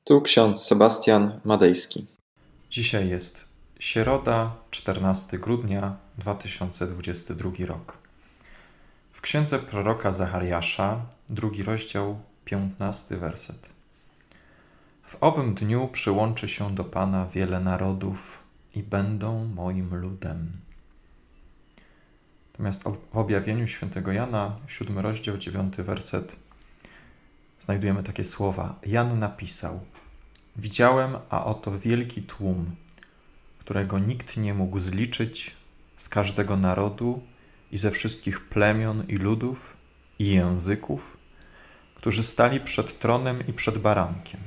Tu ksiądz Sebastian Madejski. Dzisiaj jest środa, 14 grudnia 2022 rok. W księdze proroka Zachariasza, 2 rozdział, 15 werset. W owym dniu przyłączy się do Pana wiele narodów i będą moim ludem. Natomiast w objawieniu świętego Jana, 7 rozdział, 9 werset, znajdujemy takie słowa. Jan napisał: Widziałem, a oto wielki tłum, którego nikt nie mógł zliczyć, z każdego narodu i ze wszystkich plemion i ludów i języków, którzy stali przed tronem i przed barankiem.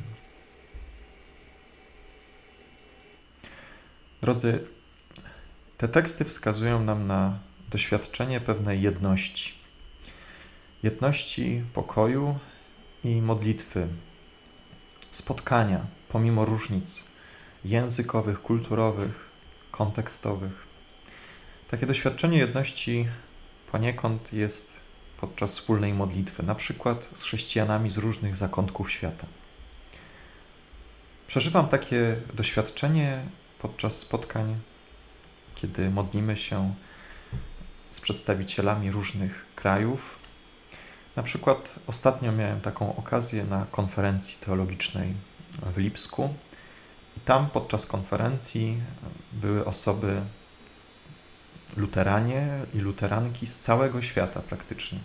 Drodzy, te teksty wskazują nam na doświadczenie pewnej jedności. Jedności pokoju i modlitwy, spotkania pomimo różnic językowych, kulturowych, kontekstowych. Takie doświadczenie jedności poniekąd jest podczas wspólnej modlitwy, na przykład z chrześcijanami z różnych zakątków świata. Przeżywam takie doświadczenie podczas spotkań, kiedy modlimy się z przedstawicielami różnych krajów. Na przykład ostatnio miałem taką okazję na konferencji teologicznej w Lipsku i tam podczas konferencji były osoby luteranie i luteranki z całego świata praktycznie.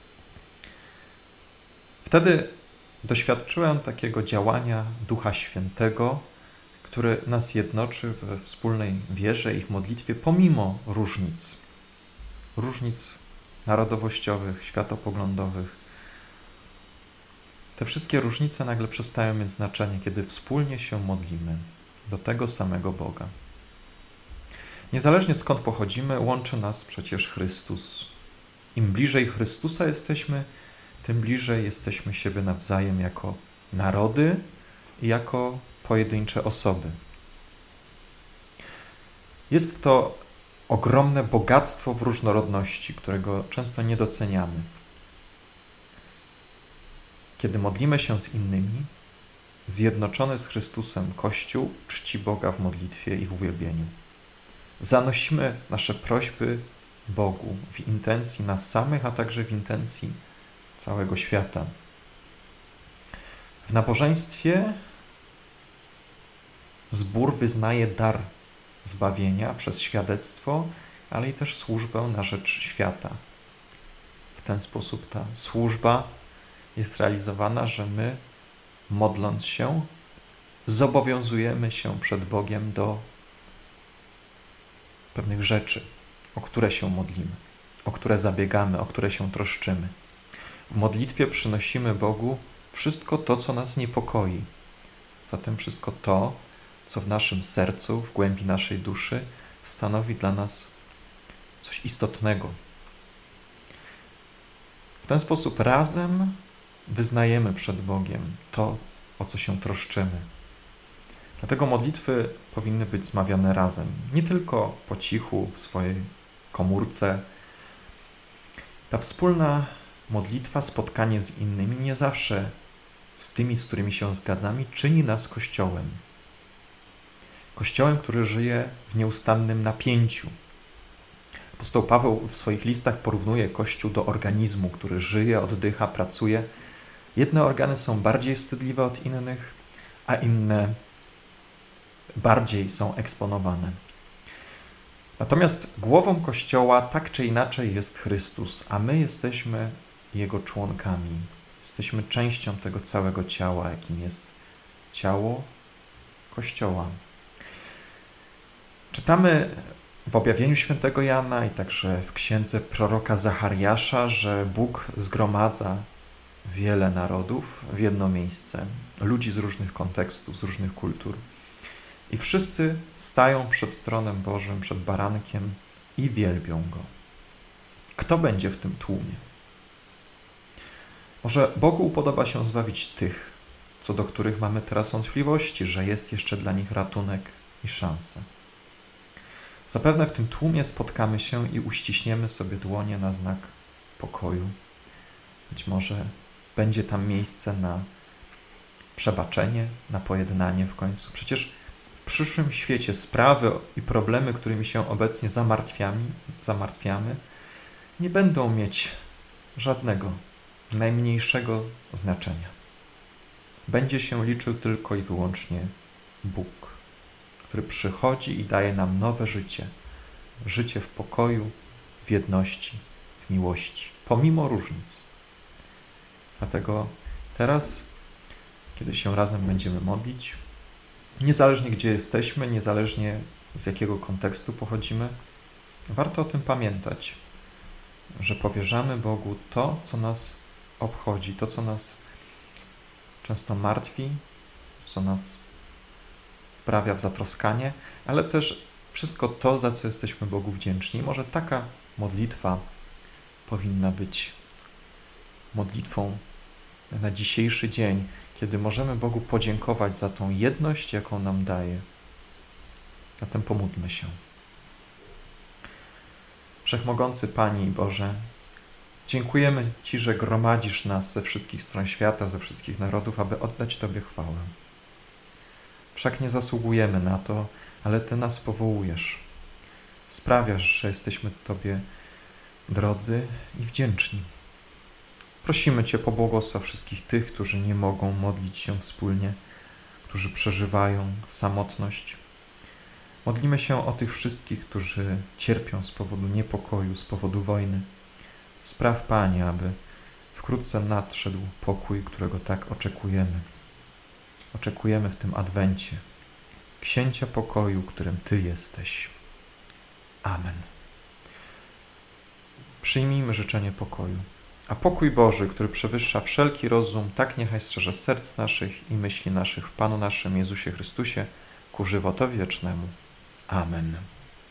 Wtedy doświadczyłem takiego działania Ducha Świętego, który nas jednoczy we wspólnej wierze i w modlitwie pomimo różnic narodowościowych, światopoglądowych. Te wszystkie różnice nagle przestają mieć znaczenie, kiedy wspólnie się modlimy do tego samego Boga. Niezależnie skąd pochodzimy, łączy nas przecież Chrystus. Im bliżej Chrystusa jesteśmy, tym bliżej jesteśmy siebie nawzajem jako narody i jako pojedyncze osoby. Jest to ogromne bogactwo w różnorodności, którego często nie doceniamy. Kiedy modlimy się z innymi, zjednoczony z Chrystusem Kościół czci Boga w modlitwie i w uwielbieniu. Zanosimy nasze prośby Bogu w intencji nas samych, a także w intencji całego świata. W nabożeństwie zbór wyznaje dar zbawienia przez świadectwo, ale i też służbę na rzecz świata. W ten sposób ta służba jest realizowana, że my, modląc się, zobowiązujemy się przed Bogiem do pewnych rzeczy, o które się modlimy, o które zabiegamy, o które się troszczymy. W modlitwie przynosimy Bogu wszystko to, co nas niepokoi. Zatem wszystko to, co w naszym sercu, w głębi naszej duszy stanowi dla nas coś istotnego. W ten sposób razem wyznajemy przed Bogiem to, o co się troszczymy. Dlatego modlitwy powinny być zmawiane razem, nie tylko po cichu w swojej komórce. Ta wspólna modlitwa, spotkanie z innymi, nie zawsze z tymi, z którymi się zgadzamy, czyni nas Kościołem. Kościołem, który żyje w nieustannym napięciu. Apostoł Paweł w swoich listach porównuje Kościół do organizmu, który żyje, oddycha, pracuje. Jedne organy są bardziej wstydliwe od innych, a inne bardziej są eksponowane. Natomiast głową Kościoła tak czy inaczej jest Chrystus, a my jesteśmy Jego członkami. Jesteśmy częścią tego całego ciała, jakim jest ciało Kościoła. Czytamy w objawieniu świętego Jana i także w księdze proroka Zachariasza, że Bóg zgromadza wiele narodów w jedno miejsce, ludzi z różnych kontekstów, z różnych kultur. I wszyscy stają przed tronem Bożym, przed barankiem i wielbią Go. Kto będzie w tym tłumie? Może Bogu upodoba się zbawić tych, co do których mamy teraz wątpliwości, że jest jeszcze dla nich ratunek i szansa. Zapewne w tym tłumie spotkamy się i uściśniemy sobie dłonie na znak pokoju. Być może będzie tam miejsce na przebaczenie, na pojednanie w końcu. Przecież w przyszłym świecie sprawy i problemy, którymi się obecnie zamartwiamy, nie będą mieć żadnego, najmniejszego znaczenia. Będzie się liczył tylko i wyłącznie Bóg, który przychodzi i daje nam nowe życie. Życie w pokoju, w jedności, w miłości, pomimo różnic. Dlatego teraz, kiedy się razem będziemy modlić, niezależnie gdzie jesteśmy, niezależnie z jakiego kontekstu pochodzimy, warto o tym pamiętać, że powierzamy Bogu to, co nas obchodzi, to, co nas często martwi, co nas wprawia w zatroskanie, ale też wszystko to, za co jesteśmy Bogu wdzięczni. Może taka modlitwa powinna być modlitwą na dzisiejszy dzień, kiedy możemy Bogu podziękować za tą jedność, jaką nam daje. Zatem pomódlmy się. Wszechmogący Panie i Boże, dziękujemy Ci, że gromadzisz nas ze wszystkich stron świata, ze wszystkich narodów, aby oddać Tobie chwałę. Wszak nie zasługujemy na to, ale Ty nas powołujesz. Sprawiasz, że jesteśmy Tobie drodzy i wdzięczni. Prosimy Cię, pobłogosław wszystkich tych, którzy nie mogą modlić się wspólnie, którzy przeżywają samotność. Modlimy się o tych wszystkich, którzy cierpią z powodu niepokoju, z powodu wojny. Spraw, Panie, aby wkrótce nadszedł pokój, którego tak oczekujemy. Oczekujemy w tym Adwencie Księcia pokoju, którym Ty jesteś. Amen. Przyjmijmy życzenie pokoju. A pokój Boży, który przewyższa wszelki rozum, tak niechaj strzeże serc naszych i myśli naszych w Panu naszym Jezusie Chrystusie ku żywotowi wiecznemu. Amen.